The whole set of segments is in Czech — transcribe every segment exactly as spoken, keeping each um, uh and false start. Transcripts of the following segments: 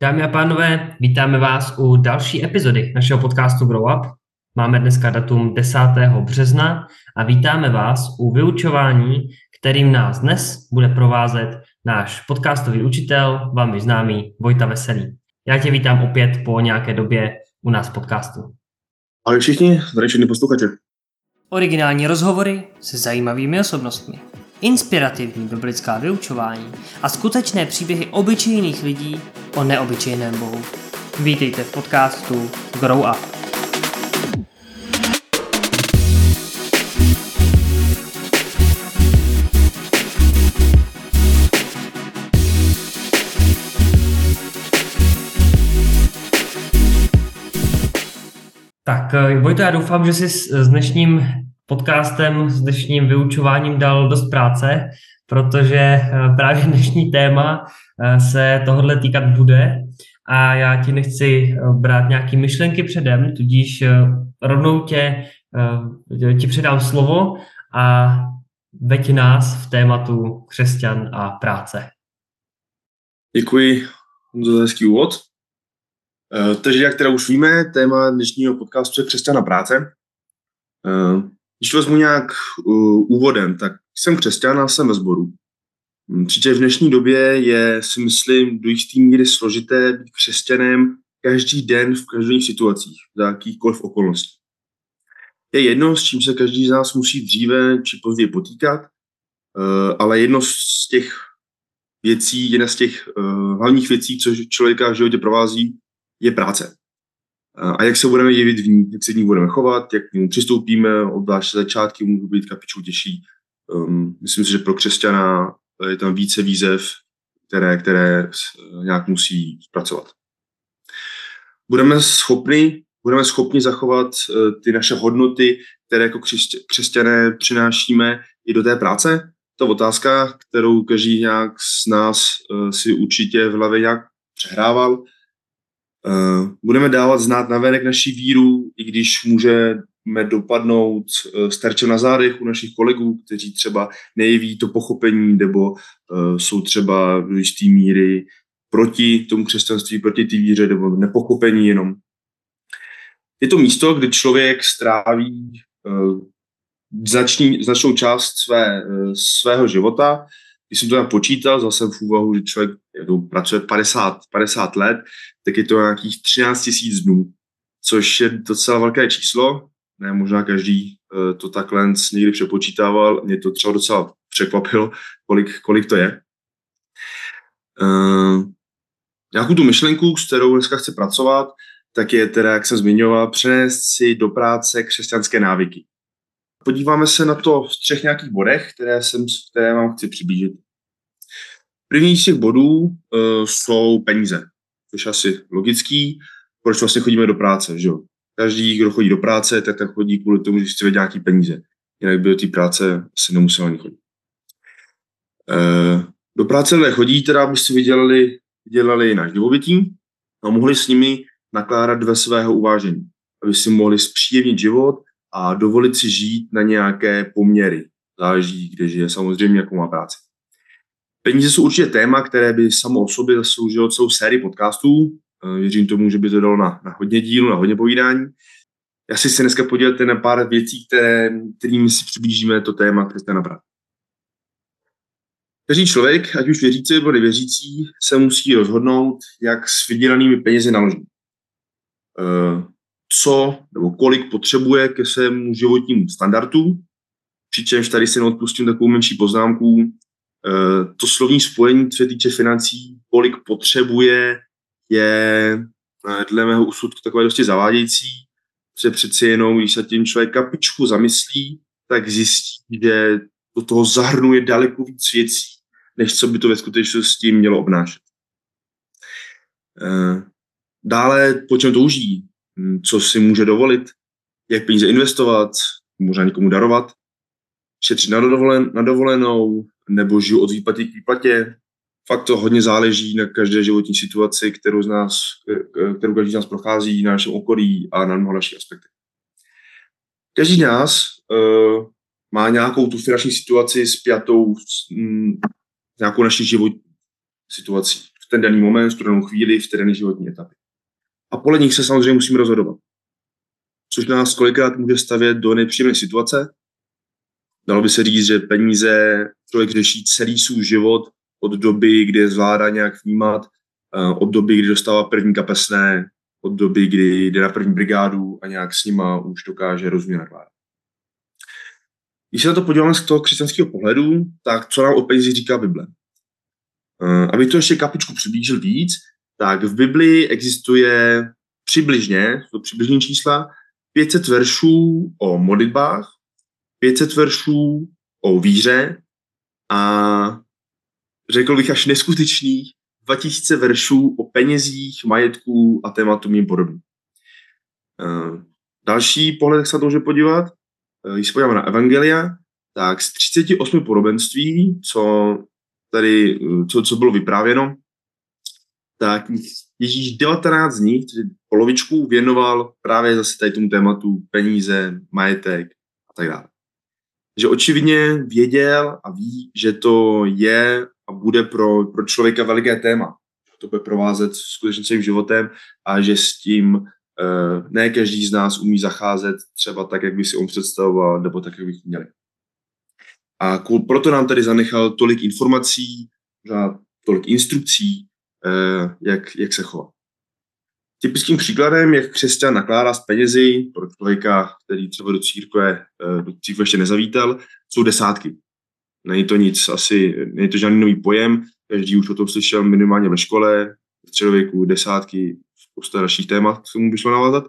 Dámy a pánové, vítáme vás u další epizody našeho podcastu Grow Up. Máme dneska datum desátého března a vítáme vás u vyučování, kterým nás dnes bude provázet náš podcastový učitel, vámi známý Vojta Veselý. Já tě vítám opět po nějaké době u nás v podcastu. Ahoj všichni, zdravím všechny posluchače. Originální rozhovory se zajímavými osobnostmi, inspirativní biblická vyučování a skutečné příběhy obyčejných lidí o neobyčejném Bohu. Vítejte v podcastu Grow Up. Tak Vojto, já doufám, že jsi s dnešním podcastem, s dnešním vyučováním dal dost práce, protože právě dnešní téma se tohodle týkat bude a já ti nechci brát nějaké myšlenky předem, tudíž rovnou tě, ti předám slovo a veď nás v tématu křesťan a práce. Děkuji za hezký úvod. Takže jak teda už víme, téma dnešního podcastu je křesťan a práce. Když to vezmu nějak úvodem, tak jsem křesťan a jsem ve sboru. Přičemž v dnešní době je, si myslím, do jisté míry složité být křesťanem každý den v každých situacích, za jakýchkoliv okolností. Je jedno, s čím se každý z nás musí dříve či později potýkat, ale jedno z těch věcí, jedna z těch hlavních věcí, co člověka v životě provází, je práce. A jak se budeme jevit v ní, jak se v ní budeme chovat, jak k ní přistoupíme, obzvlášť začátky můžou být kapičů těžší. Um, myslím si, že pro křesťana je tam více výzev, které, které nějak musí zpracovat. Budeme schopni, budeme schopni zachovat uh, ty naše hodnoty, které jako křesťané přinášíme i do té práce? To je otázka, kterou každý nějak z nás uh, si určitě v hlavě nějak přehrával. Uh, budeme dávat znát navenek naši víru, i když můžeme dopadnout uh, s terčem na zádech u našich kolegů, kteří třeba nejeví to pochopení, nebo uh, jsou třeba do jisté míry proti tomu křesťanství, proti té víře, nebo nepochopení jenom. Je to místo, kde člověk stráví uh, značný, značnou část své, uh, svého života. Když jsem to tam počítal, zase jsem v úvahu, že člověk pracuje padesát, padesát let, tak je to nějakých třináct tisíc dnů, což je docela velké číslo. Ne, možná každý uh, to takhle někdy přepočítával, mě to třeba docela překvapilo, kolik, kolik to je. Uh, nějakou tu myšlenku, s kterou dneska chci pracovat, tak je teda, jak jsem zmiňoval, přenést si do práce křesťanské návyky. Podíváme se na to v třech nějakých bodech, které, jsem, které vám chci přiblížit. První z těch bodů uh, jsou peníze, což je asi logický, proč vlastně chodíme do práce, že jo? Každý, kdo chodí do práce, tak ten chodí kvůli tomu, že chce nějaký peníze. Jinak by do té práce se nemusel ani chodit. Uh, do práce lidé chodí, teda aby si vydělali, vydělali na živobytí a mohli s nimi nakládat ve svého uvážení, aby si mohli zpříjemnit život a dovolit si žít na nějaké poměry. Záleží, kde žije, samozřejmě, jakou má práci. Peníze jsou určitě téma, které by samo o sobě zasloužilo celou sérii podcastů. Věřím tomu, že by to dalo na, na hodně dílů, na hodně povídání. Já si se dneska podělte na pár věcí, které, kterými si přiblížíme to téma křesťana práce. Každý člověk, ať už věřící nebo nevěřící, se musí rozhodnout, jak s vydělanými penězi naloží. Co nebo kolik potřebuje ke svému životnímu standardu, přičemž tady si neodpustím takovou menší poznámku. To slovní spojení, co se týče financí, kolik potřebuje, je dle mého úsudku takové dosti zavádějící, že přeci jenom, když se tím člověk kapičku zamyslí, tak zjistí, že do toho zahrnuje daleko víc věcí, než co by to ve skutečnosti mělo obnášet. Dále, po čem touží, co si může dovolit, jak peníze investovat, možná někomu darovat, šetřit na, dovolen, na dovolenou, nebo žiju od výplaty k výplatě. Fakt to hodně záleží na každé životní situaci, kterou, z nás, kterou každý z nás prochází, na našem okolí a na mnoho dalších aspektech. Každý z nás uh, má nějakou tu finanční situaci spjatou s mm, nějakou naší životní situací, v ten daný moment, v tu danou chvíli, v té dané životní etapě. A podle nich se samozřejmě musíme rozhodovat. Což nás kolikrát může stavět do nepříjemné situace. Dalo by se říct, že peníze člověk řeší celý svůj život od doby, kdy je zvládá nějak vnímat, od doby, kdy dostává první kapesné, od doby, kdy jde na první brigádu a nějak s nima už dokáže rozumně nakládat. Když se na to podíváme z toho křesťanského pohledu, tak co nám o penězích říká Bible? Abych to ještě kapičku přiblížil víc, tak v Biblii existuje přibližně, to přibližní čísla, pět set veršů o modlitbách, pět set veršů o víře a řekl bych až neskutečných dva tisíce veršů o penězích, majetku a tématu mým podobným. Další pohled, jak se na to může podívat, když se podíváme na evangelia, tak z třicet osm podobenství, co tady, co, co bylo vyprávěno, tak Ježíš devatenáct z nich, tedy polovičku, věnoval právě zase tady tomu tématu peníze, majetek a tak dále. Že očividně věděl a ví, že to je a bude pro, pro člověka veliké téma. To bude provázet skutečně celým životem a že s tím uh, ne každý z nás umí zacházet třeba tak, jak by si on představoval, nebo tak, jak by měli. A proto nám tady zanechal tolik informací, tolik instrukcí, uh, jak, jak se chovat. Typickým příkladem, jak křesťan nakládá s penězi pro člověka, který třeba do církve, do církve ještě nezavítal, jsou desátky. Není to nic, asi není to žádný nový pojem, každý už o tom slyšel minimálně ve škole, v středověku, desátky, spousta dalších témat, k tomu by šlo navázat.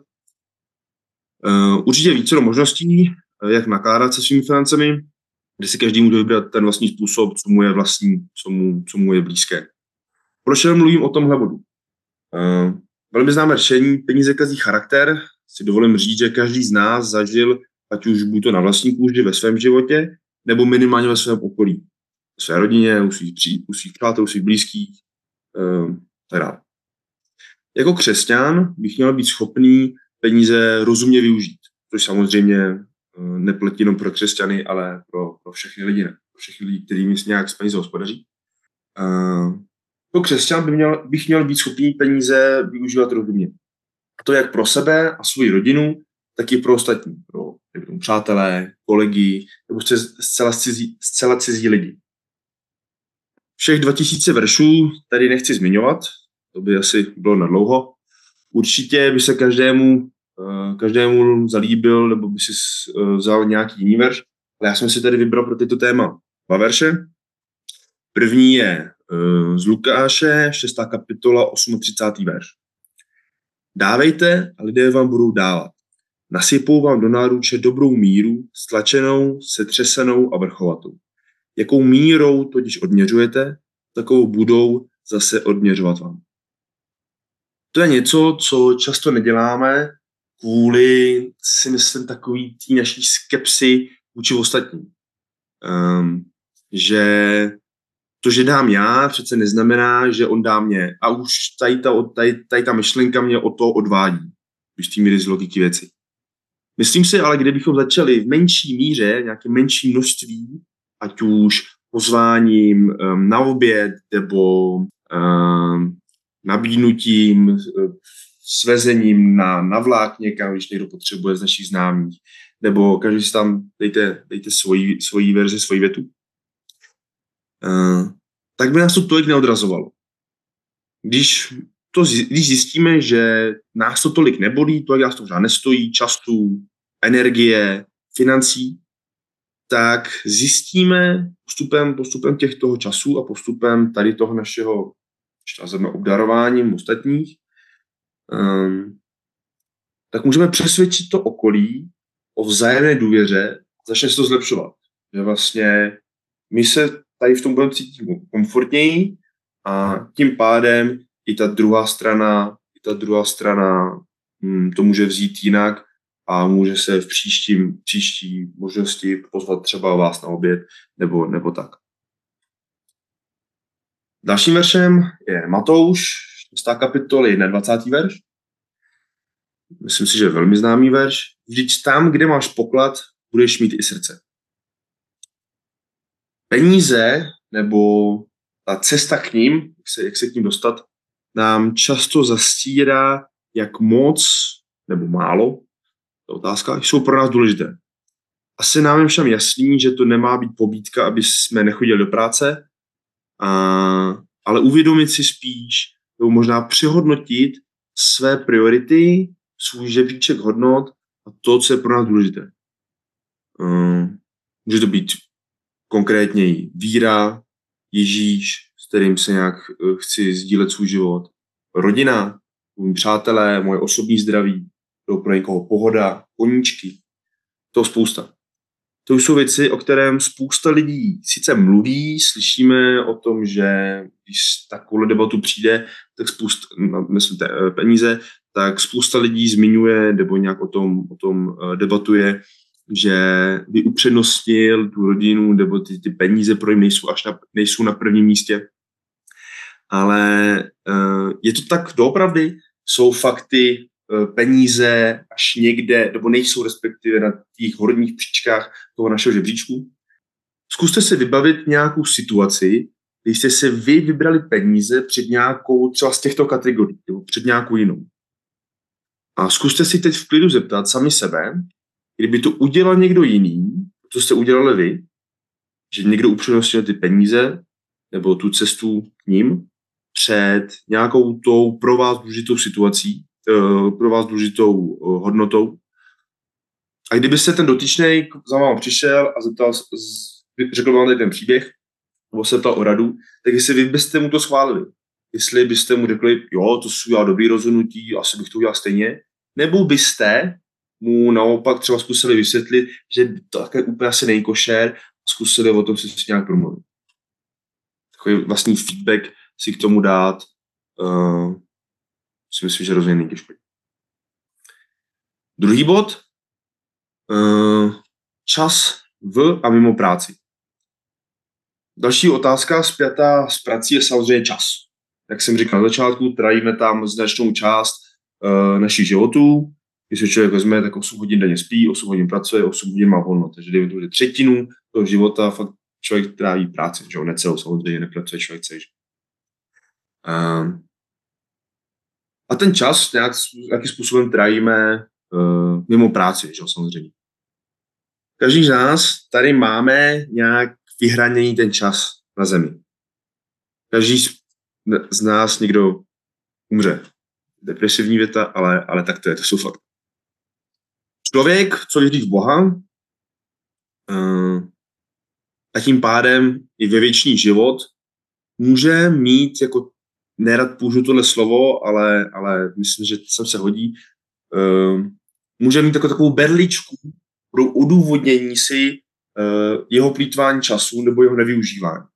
Uh, určitě více do možností, jak nakládat se svými financemi, kde si každý může vybrat ten vlastní způsob, co mu je vlastní, co mu, co mu je blízké. Proč mluvím o tomhle bodu? Uh, Velmi známé řešení peníze kazí charakter. Si dovolím říct, že každý z nás zažil, ať už buď to na vlastní kůži ve svém životě, nebo minimálně ve svém okolí. V své rodině, u svých, u svých přátel, u svých blízkých. Um, teda. Jako křesťan bych měl být schopný peníze rozumně využít. Což samozřejmě uh, neplatí jenom pro křesťany, ale pro, pro všechny lidi. Ne? Pro všechny lidi, kterými si nějak s peníze hospodaří. Uh, Jako křesťan by měl, bych měl být schopný peníze využívat rozumně. A to jak pro sebe a svou rodinu, tak i pro ostatní, pro nevím, přátelé, kolegy, nebo zcela cizí, zcela cizí lidi. Všech dva tisíce veršů tady nechci zmiňovat, to by asi bylo nadlouho. Určitě by se každému, každému zalíbil, nebo by si vzal nějaký jiný verš, ale já jsem si tady vybral pro tyto téma dva verše. První je z Lukáše, šestá kapitola, třicátý osmý verš. Dávejte a lidé vám budou dávat. Nasypou vám do náruče dobrou míru, stlačenou, setřesenou a vrchovatou. Jakou mírou totiž odměřujete, takovou budou zase odměřovat vám. To je něco, co často neděláme kvůli, si myslím, takový tý naší skepsy vůči ostatním. Um, že to, že dám já, přece neznamená, že on dá mě. A už tady ta, tady, tady ta myšlenka mě o to odvádí, když tím jde z logiky věci. Myslím si ale, kdybychom začali v menší míře, nějaké menší množství, ať už pozváním um, na oběd, nebo um, nabídnutím, uh, svezením na, na vlák někam, když někdo potřebuje z našich známých, nebo každý si tam dejte, dejte svoji, svoji verzi, svoji větu. Uh, tak by nás to tolik neodrazovalo. Když, to, když zjistíme, že nás to tolik nebolí, tolik nás to možná nestojí, času, energie, financí, tak zjistíme postupem, postupem těch toho času a postupem tady toho našeho obdarováním ostatních, um, tak můžeme přesvědčit to okolí o vzájemné důvěře, začne se to zlepšovat. Že vlastně my se tady v tom budeme cítit komfortněji a tím pádem i ta druhá strana, i ta druhá strana hm, to může vzít jinak a může se v příštím, příští možnosti pozvat třeba vás na oběd nebo, nebo tak. Dalším veršem je Matouš, šestá kapitola, dvacátý první verš. Myslím si, že je velmi známý verš. Vždyť tam, kde máš poklad, budeš mít i srdce. Peníze nebo ta cesta k ním, jak se, jak se k ním dostat, nám často zastírá, jak moc nebo málo, ta otázka, jsou pro nás důležité. Asi nám je všem jasný, že to nemá být pobídka, aby jsme nechodili do práce, a, ale uvědomit si spíš, nebo možná přehodnotit své priority, svůj žebříček hodnot a to, co je pro nás důležité. Um, může to být konkrétně víra, Ježíš, s kterým se nějak chci sdílet svůj život, rodina, můj přátelé, moje osobní zdraví, to pro někoho pohoda, koníčky, to spousta. To jsou věci, o kterém spousta lidí sice mluví, slyšíme o tom, že když takovou debatu přijde, tak spousta, myslím, te, peníze, tak spousta lidí zmiňuje nebo nějak o tom, o tom debatuje, že by upřednostnil tu rodinu nebo ty, ty peníze pro ně nejsou až na, nejsou na prvním místě. Ale uh, je to tak doopravdy? Jsou fakty, peníze až někde, nebo nejsou respektive na těch horních příčkách toho našeho žebříčku. Zkuste si vybavit nějakou situaci, kdy jste si vy vybrali peníze před nějakou, třeba z těchto kategorií, nebo před nějakou jinou. A zkuste si teď v klidu zeptat sami sebe, kdyby to udělal někdo jiný, co jste udělali vy, že někdo upřednostnil ty peníze, nebo tu cestu k ním, před nějakou tou pro vás důležitou situací, pro vás důležitou hodnotou. A kdybyste ten dotyčnej za váma přišel a zeptal, řekl vám tady ten příběh, nebo se ptal o radu, tak jestli vy byste mu to schválili. Jestli byste mu řekli, jo, to jsou já dobrý rozhodnutí, asi bych to udělal stejně, nebo byste mu naopak třeba zkusili vysvětlit, že to také úplně asi není košer a zkusili o tom si nějak promluvit. Takový vlastní feedback si k tomu dát, uh, si myslím, že rozhodně není těžké. Druhý bod. Uh, čas v a mimo práci. Další otázka spjatá s prací je samozřejmě čas. Jak jsem říkal na začátku, trávíme tam značnou část uh, našich životů. Když se člověk vezme, tak osm hodin denně spí, osm hodin pracuje, osm hodin má volno. Takže dejme to, že třetinu toho života fakt člověk tráví práci. Že? Necelou samozřejmě nepracuje člověk celý. Uh, A ten čas nějak, nějakým způsobem trávíme uh, mimo práci, že, samozřejmě. Každý z nás tady máme nějak vyhraněný ten čas na zemi. Každý z, z nás někdo umře. Depresivní věta, ale, ale tak to je, to jsou fakt. Člověk, co věří v Boha, uh, a tím pádem i ve věčný život, může mít jako nerad použiju tohle slovo, ale, ale myslím, že sem se hodí. Uh, může mít jako takovou berličku pro odůvodnění si uh, jeho plýtvání času nebo jeho nevyužívání.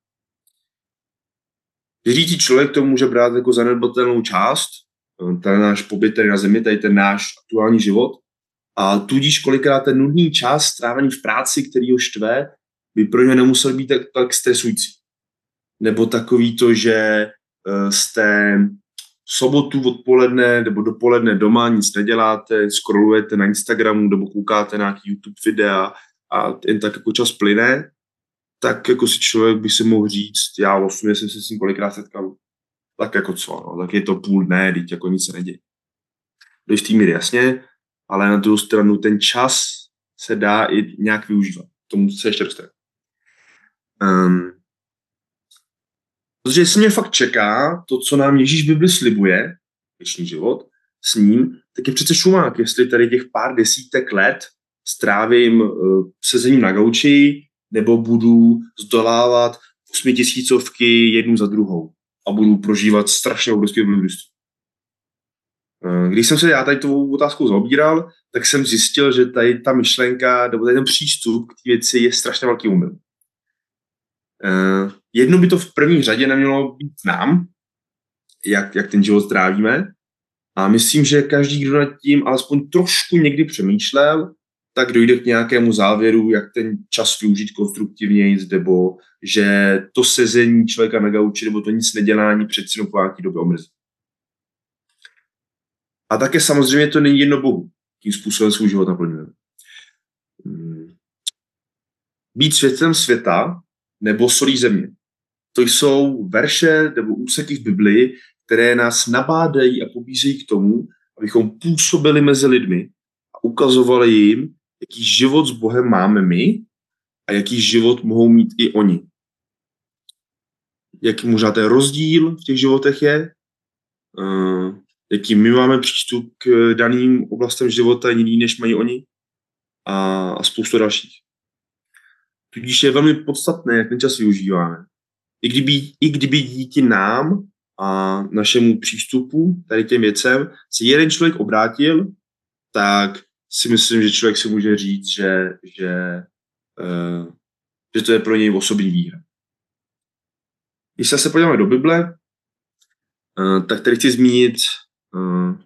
Věřící člověk to může brát jako zanedbatelnou část, uh, ten náš pobyt tady na zemi, tady ten náš aktuální život, a tudíž kolikrát ten nudný čas strávený v práci, který ho štve, by pro něj nemusel být tak, tak stresující. Nebo takový to, že jste v sobotu odpoledne nebo dopoledne doma, nic neděláte, scrollujete na Instagramu nebo koukáte na nějaký YouTube videa a jen tak jako čas plyne, tak jako si člověk by si mohl říct, já osobně jsem se s tím kolikrát setkal, tak jako co, no, tak je to půl dne, teď jako nic se neděje. Do jistý míry jasně, ale na druhou stranu ten čas se dá i nějak využívat. Tomu se ještě dostane. Um, Protože jestli mě fakt čeká to, co nám Ježíš v Bibli slibuje, věčný život, s ním, tak je přece šumák, jestli tady těch pár desítek let strávím uh, sezením na gauči, nebo budu zdolávat osmitisícovky jednu za druhou a budu prožívat strašně obrovské dobrodružství. Uh, když jsem se já tady tou otázkou zaobíral, tak jsem zjistil, že tady ta myšlenka, nebo tady ten přístup k té věci je strašně velký omyl. Uh, jedno by to v první řadě nemělo být nám, jak, jak ten život trávíme. A myslím, že každý, kdo nad tím alespoň trošku někdy přemýšlel, tak dojde k nějakému závěru, jak ten čas využít konstruktivněji, nebo že to sezení člověka na gauči, nebo to nic nedělání přeci jenom po nějaký době omrzí. A také samozřejmě to není jedno Bohu, tím způsobem svůj život naplňujeme. Být světlem světa nebo solí země. to jsou verše nebo úseky v Biblii, které nás nabádají a pobízejí k tomu, abychom působili mezi lidmi a ukazovali jim, jaký život s Bohem máme my a jaký život mohou mít i oni. Jaký možná ten rozdíl v těch životech je, uh, jaký my máme přístup k daným oblastem života jiný, než mají oni a, a spoustu dalších. Tudíž je velmi podstatné, jak ten čas využíváme. I kdyby, i kdyby díky nám a našemu přístupu tady těm věcem se jeden člověk obrátil, tak si myslím, že člověk si může říct, že, že, uh, že to je pro něj osobní výhra. Když se podíváme do Bible, uh, tak tady chci zmínit uh,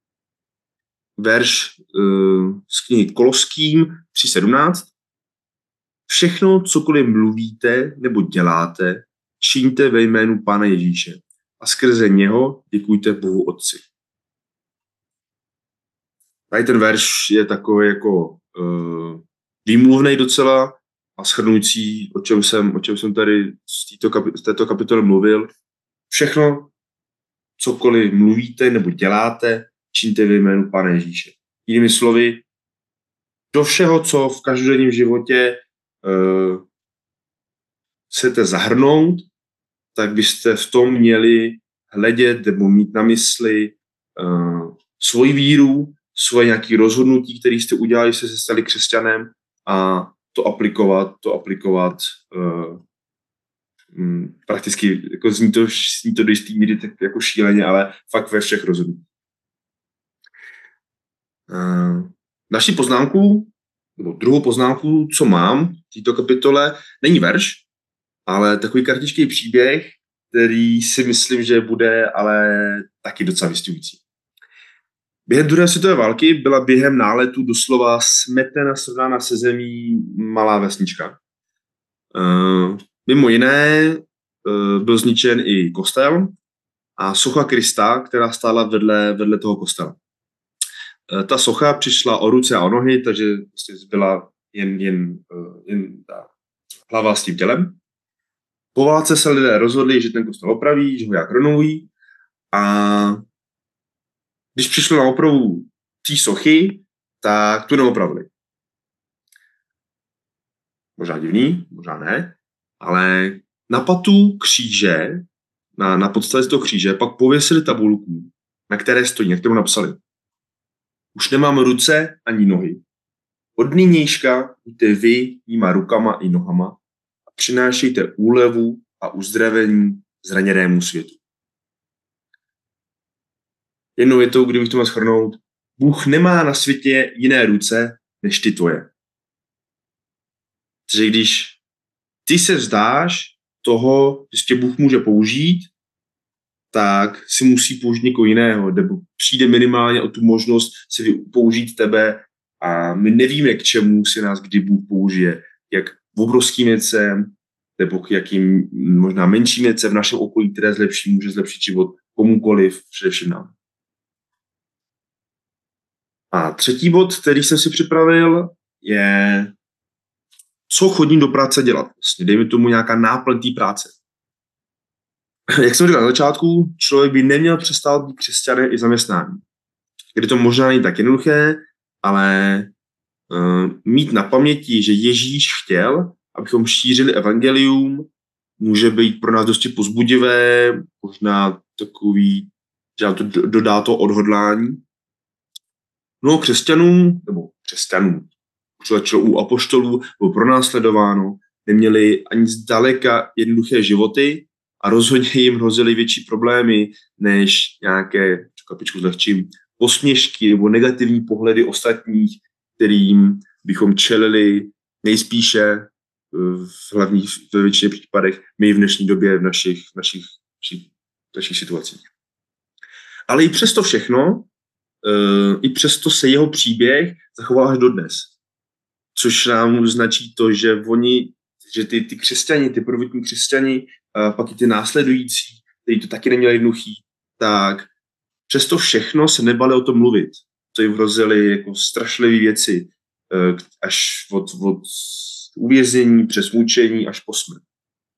verš uh, z knihy Koloským tři sedmnáct. Všechno, cokoliv mluvíte nebo děláte, čiňte ve jménu Pána Ježíše a skrze něho děkujte Bohu Otci. Tady ten verš je takový jako uh, výmluvnej docela a shrnující, o čem jsem, o čem jsem tady z této, kapi- z této kapitoly mluvil. Všechno, cokoliv mluvíte nebo děláte, čiňte ve jménu Pána Ježíše. Jinými slovy, do všeho, co v každodenním životě uh, chcete zahrnout, tak byste v tom měli hledět nebo mít na mysli uh, svoji víru, svoje nějaké rozhodnutí, které jste udělali, jste se stali křesťanem a to aplikovat, to aplikovat uh, um, prakticky, jako zní to, zní to do jistý míry tak jako šíleně, ale fakt ve všech rozhodnutí. Uh, naší poznámku, nebo druhou poznámku, co mám v této kapitole, není verš, ale takový kartičký příběh, který si myslím, že bude ale taky docela vystihující. Během druhé světové války byla během náletu doslova smetena, srovnána se zemí malá vesnička. Uh, mimo jiné uh, byl zničen i kostel a socha Krista, která stála vedle, vedle toho kostela. Uh, ta socha přišla o ruce a o nohy, takže vlastně byla jen, jen, uh, jen ta hlava s tím tělem. Po válce se lidé rozhodli, že ten kostel opraví, že ho jak renovují a když přišlo na opravu té sochy, tak tu neopravili. Možná divný, možná ne, ale na patu kříže, na, na podstavě toho kříže, pak pověsili tabulku, na které stojí, na kterou napsali. Už nemám ruce ani nohy. Od nynějška buďte vy mýma rukama i nohama a přinášejte úlevu a uzdravení zraněnému světu. Jednou větou, kdybych to měl shrnout, Bůh nemá na světě jiné ruce, než ty tvoje. Takže když ty se vzdáš toho, že tě Bůh může použít, tak si musí použít někoho jiného, nebo přijde minimálně o tu možnost si použít tebe a my nevíme, k čemu si nás kdy Bůh použije, jak v obrovským věcem, nebo k jakým možná menším věcem v našem okolí, které zlepší, může zlepšit život komukoliv, především nám. A třetí bod, který jsem si připravil, je, co chodím do práce dělat. Vlastně dejme tomu nějaká náplň té práce. Jak jsem říkal na začátku, člověk by neměl přestávat být křesťanem i zaměstnání. Kdy to možná není tak jednoduché, ale uh, mít na paměti, že Ježíš chtěl, abychom šířili evangelium, může být pro nás dosti povzbudivé, možná takový, že nám to dodá to odhodlání. Mnoho křesťanů, nebo křesťanů, začalo u apoštolů, bylo pronásledováno, neměli ani zdaleka jednoduché životy a rozhodně jim hrozily větší problémy, než nějaké, kapičku zlehčím, posměšky nebo negativní pohledy ostatních, kterým bychom čelili nejspíše v hlavních, ve většině případech my v dnešní době v našich, v našich, v našich situacích. Ale i přesto všechno, Uh, i přesto se jeho příběh zachoval až dodnes. Což nám značí to, že oni, že ty, ty křesťani, ty prvotní křesťani, uh, pak i ty následující, kteří to taky neměli jednoduchý, tak přesto všechno se nebali o tom mluvit. To jim hrozily jako strašlivé věci, uh, až od, od uvěznění přes mučení až po smrt.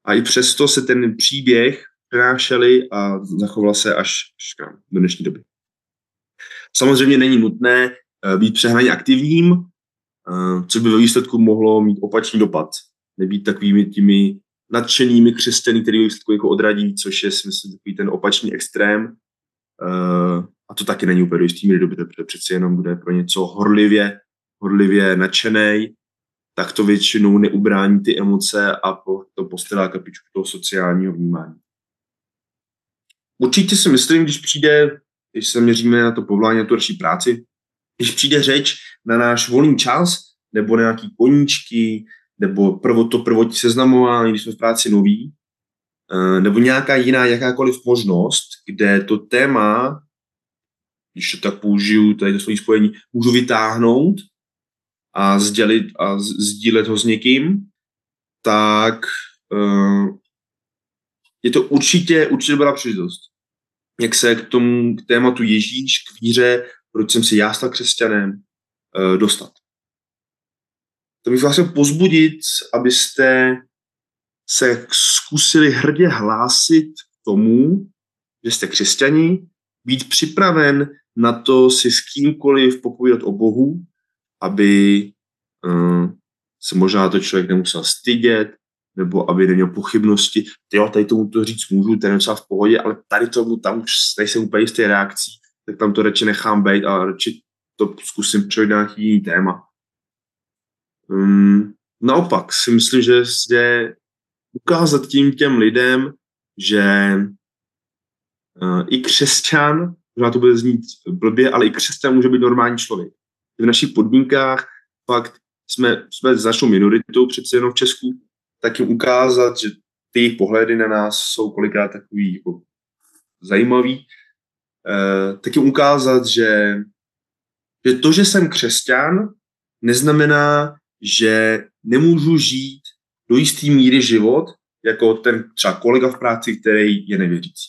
A i přesto se ten příběh přenášeli a zachoval se až, až do dnešní doby. Samozřejmě není nutné být přehnaně aktivním, což by ve výsledku mohlo mít opačný dopad. Nebýt takovými těmi nadšenými křesťany, který ve výsledku jako odradí, což je smysl takový ten opačný extrém. A to taky není úplně do jistý míry doby, protože přeci jenom bude pro něco horlivě, horlivě nadšenej, tak to většinou neubrání ty emoce a to postelá kapičku toho sociálního vnímání. Určitě si myslím, když přijde, když se měříme na to povolání, na tu další práci, když přijde řeč na náš volný čas, nebo na nějaký koníčky, nebo prvo, to prvotní seznamování, když jsme v práci noví, nebo nějaká jiná, jakákoliv možnost, kde to téma, když to tak použiju, tady to svojí spojení, můžu vytáhnout a sdělit a sdílet ho s někým, tak uh, je to určitě, určitě byla příležitost. Jak se k tomu k tématu Ježíš, k víře, proč jsem se já stal křesťanem, uh, dostat. To bych vás chtěl pozbudit, abyste se zkusili hrdě hlásit k tomu, že jste křesťani, být připraven na to si s kýmkoliv popovídat o Bohu, aby uh, se možná to člověk nemusel stydět, nebo aby neměl pochybnosti. Jo, tady tomu to říct můžu, ten je docela v pohodě, ale tady tomu tam už nejsem úplně jistý reakcí, tak tam to radši nechám být a radši to zkusím přejít na nějaký jiný téma. Um, naopak si myslím, že zde ukázat tím těm lidem, že uh, i křesťan, možná to bude znít blbě, ale i křesťan může být normální člověk. V našich podmínkách fakt jsme, jsme značnou minoritou přece jenom v Česku, tak jim ukázat, že ty jejich pohledy na nás jsou kolikrát takový jako zajímavý, uh, tak jim ukázat, že, že to, že jsem křesťan, neznamená, že nemůžu žít do jistý míry život, jako ten třeba kolega v práci, který je nevěřící.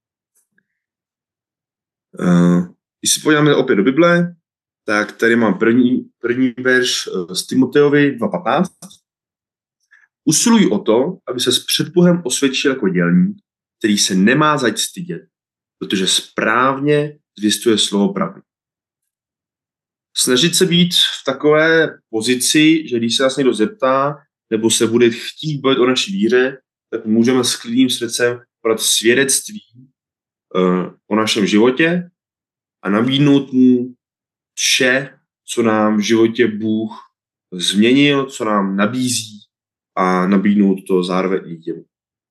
Uh, když si podíváme opět do Bible, tak tady mám první, první verš z Timoteovi dva patnáct. Usiluj o to, aby se s před Bohem osvědčil jako dělník, který se nemá zač stydět, protože správně zvěstuje slovo pravdy. Snažit se být v takové pozici, že když se nás někdo zeptá, nebo se bude chtít bavit o naší víře, tak můžeme s klidným srdcem podat svědectví uh, o našem životě a nabídnout mu vše, co nám v životě Bůh změnil, co nám nabízí a nabídnout to zároveň i jemu.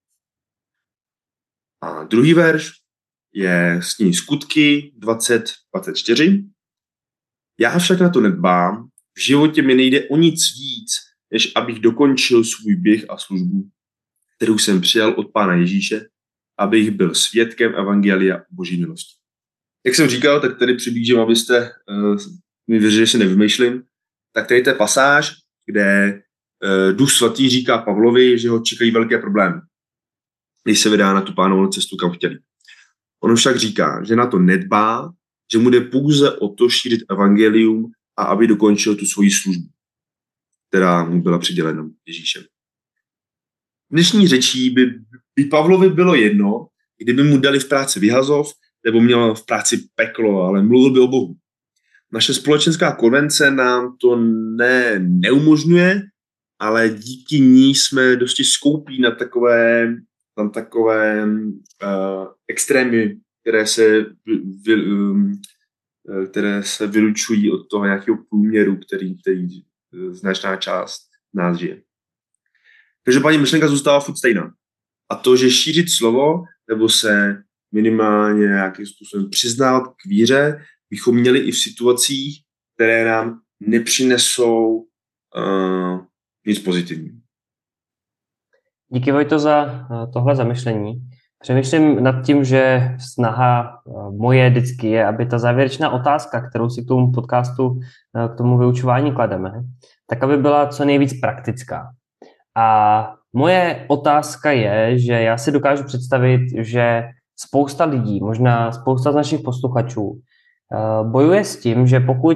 A druhý verš je s ní Skutky dvacet dvacet čtyři. Já však na to nedbám, v životě mi nejde o nic víc, než abych dokončil svůj běh a službu, kterou jsem přijal od Pána Ježíše, abych byl svědkem evangelia Boží milosti. Jak jsem říkal, tak tady přiblížím, abyste uh, mi věřili, že si nevymýšlím, tak tady je pasáž, kde uh, Duch Svatý říká Pavlovi, že ho čekají velké problémy, když se vydá na tu Pánovu cestu, kam chtěli. On však říká, že na to nedbá, že mu jde pouze o to šířit evangelium a aby dokončil tu svoji službu, která mu byla přidělena Ježíšem. V dnešní řečí by, by Pavlovi bylo jedno, kdyby mu dali v práci vyhazov, nebo měl v práci peklo, ale mluvil by o Bohu. Naše společenská konvence nám to ne, neumožňuje, ale díky ní jsme dosti skoupí na takové, na takové uh, extrémy, které se, vy, um, které se vylučují od toho nějakého průměru, který, který značná část nás žije. Takže paní myšlenka zůstává furt stejná. A to, že šířit slovo, nebo se minimálně nějakým způsobem přiznávat k víře, bychom měli i v situacích, které nám nepřinesou uh, nic pozitivního. Díky, Vojto, za tohle zamyšlení. Přemýšlím nad tím, že snaha moje vždycky je, aby ta závěrečná otázka, kterou si k tomu podcastu, k tomu vyučování klademe, tak aby byla co nejvíc praktická. A moje otázka je, že já si dokážu představit, že spousta lidí, možná spousta z našich posluchačů, bojuje s tím, že pokud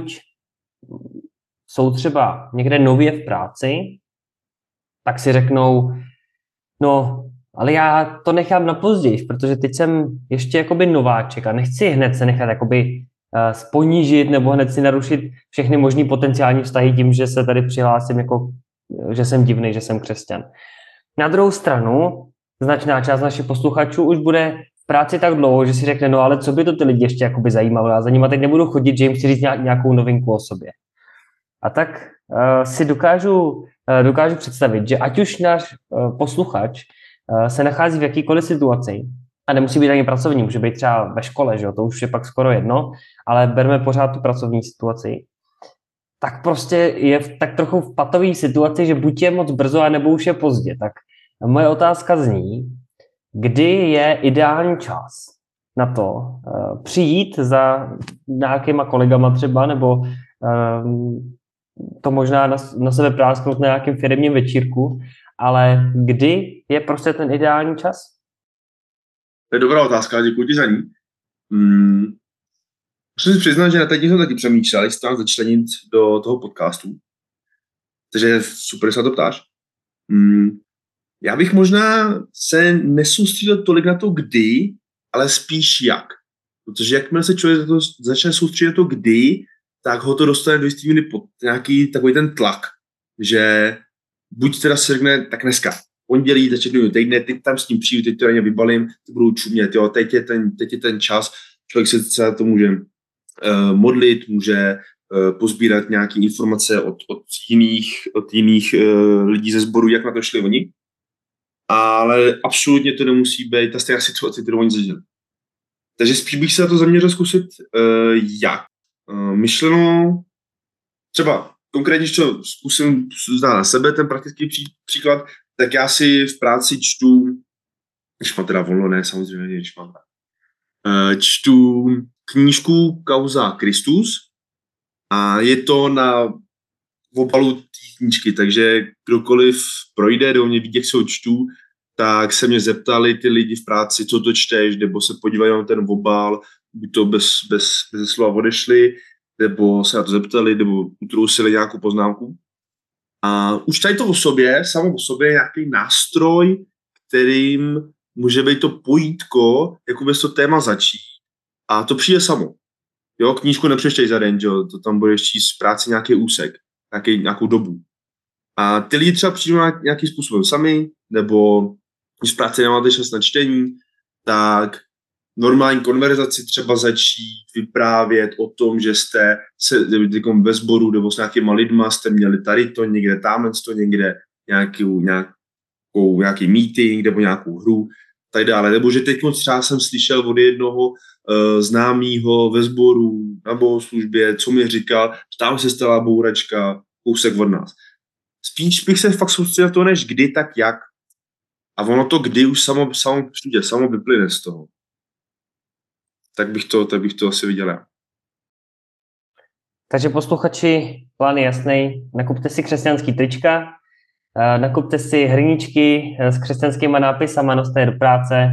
jsou třeba někde nově v práci, tak si řeknou, no, ale já to nechám na později, protože teď jsem ještě jakoby nováček a nechci hned se nechat jakoby uh, sponížit nebo hned si narušit všechny možný potenciální vztahy tím, že se tady přihlásím jako, že jsem divný, že jsem křesťan. Na druhou stranu, značná část našich posluchačů už bude v práci tak dlouho, že si řekne, no ale co by to ty lidi ještě jakoby zajímalo, já za nima teď nebudu chodit, že jim chci říct nějakou novinku o sobě. A tak uh, si dokážu, uh, dokážu představit, že ať už náš uh, posluchač uh, se nachází v jakýkoliv situaci, a nemusí být ani pracovní, může být třeba ve škole, že jo, to už je pak skoro jedno, ale berme pořád tu pracovní situaci, tak prostě je v, tak trochu v patové situaci, že buď je moc brzo, anebo už je pozdě. Tak moje otázka zní, kdy je ideální čas na to uh, přijít za nějakýma kolegama třeba, nebo um, to možná na, na sebe prásknout na nějakém firemním večírku, ale kdy je prostě ten ideální čas? To je dobrá otázka, děkuji ti za ní. Hmm. Musím si přiznat, že na teď jsem taky přemýšlel, jestli to mám začlenit do toho podcastu. Takže super, že se na to ptáš. Hmm. Já bych možná se nesoustředil tolik na to kdy, ale spíš jak. Protože jakmile se člověk to začne soustředit na to kdy, tak ho to dostane do jistý míry pod nějaký takový ten tlak, že buď teda se řekne, tak dneska, pondělí, začátku týdne, teď tam s ním přijdu, teď to na ně vybalím, ty budou čumět, jo, teď je ten, teď je ten čas, člověk se třeba to může uh, modlit, může uh, pozbírat nějaké informace od, od jiných, od jiných uh, lidí ze sboru, jak na to šli oni, ale absolutně to nemusí být ta stejná situace, kterou oni zažili. Takže spíš bych se na to zaměřil zkusit, uh, jak. Uh, myšleno, třeba konkrétně, když to zkusím znát na sebe, ten praktický pří, příklad, tak já si v práci čtu, když mám teda volno, ne, samozřejmě, když mám uh, čtu knížku Kauza Kristus a je to na obalu té knížky, takže kdokoliv projde, do mě vidí, jak se ho čtu, tak se mě zeptali ty lidi v práci, co to čteš, nebo se podívají na ten obal, buď to bez, bez, bez slova odešli, nebo se na to zeptali, nebo utrousili nějakou poznámku. A už tady to o sobě, samo o sobě, je nějaký nástroj, kterým může být to pojítko, jako bez to téma začít. A to přijde samo. Jo, knížku nepřečtej za den, jo, to tam budeš číst z práce nějaký úsek, nějaký, nějakou dobu. A ty lidi třeba přijdou na nějakým způsobem sami, nebo když z práce nemáte čas na čtení, tak normální konverzaci třeba začít vyprávět o tom, že jste se ve sboru nebo s nějakýma lidma jste měli tady to někde, tamhle to někde, nějakou, nějakou, nějaký meeting nebo nějakou hru, tak dále. Nebo že teď třeba jsem slyšel od jednoho uh, známýho ve sboru na bohoslužbě, co mi říkal, že tam se stala bouračka kousek od nás. Spíš bych se fakt soustředil to, než kdy, tak jak. A ono to kdy už samo, samo přijde, samo vyplyne z toho. Tak bych to, tak bych to asi viděl já. Takže posluchači, plán je jasný. Nakupte si křesťanský trička, nakupte si hrníčky s křesťanskými nápisama, noste je do práce.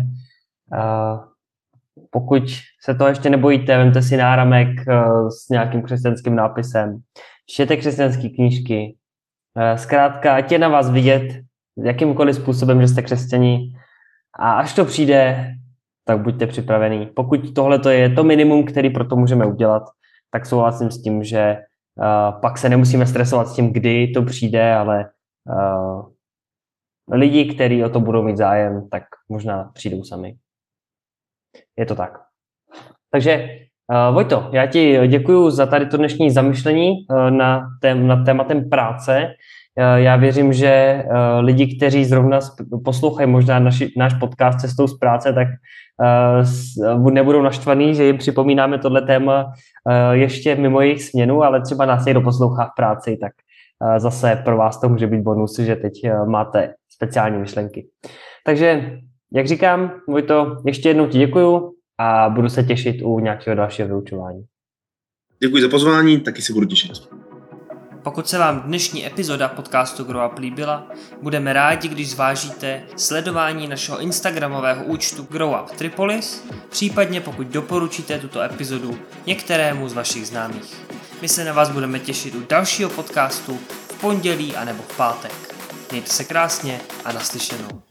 Pokud se toho ještě nebojíte, vemte si náramek s nějakým křesťanským nápisem. Čtěte křesťanské knížky. Zkrátka, ať je na vás vidět jakýmkoliv způsobem, že jste křesťaní. A až to přijde, tak buďte připravený. Pokud tohle je to minimum, který pro to můžeme udělat, tak souhlasím s tím, že uh, pak se nemusíme stresovat s tím, kdy to přijde, ale uh, lidi, kteří o to budou mít zájem, tak možná přijdou sami. Je to tak. Takže uh, Vojto, já ti děkuju za tady to dnešní zamyšlení uh, na tém, nad tématem práce. Uh, já věřím, že uh, lidi, kteří zrovna poslouchají možná naši, náš podcast Cestou z práce, tak uh, nebudou naštvaný, že jim připomínáme tohle téma uh, ještě mimo jejich směnu, ale třeba nás někdo poslouchá v práci, tak uh, zase pro vás to může být bonus, že teď uh, máte speciální myšlenky. Takže, jak říkám, Vojto, ještě jednou ti děkuju a budu se těšit u nějakého dalšího vyučování. Děkuji za pozvání, taky se budu těšit. Pokud se vám dnešní epizoda podcastu Grow Up líbila, budeme rádi, když zvážíte sledování našeho instagramového účtu Grow Up Tripolis, případně pokud doporučíte tuto epizodu některému z vašich známých. My se na vás budeme těšit u dalšího podcastu v pondělí anebo v pátek. Mějte se krásně a naslyšenou.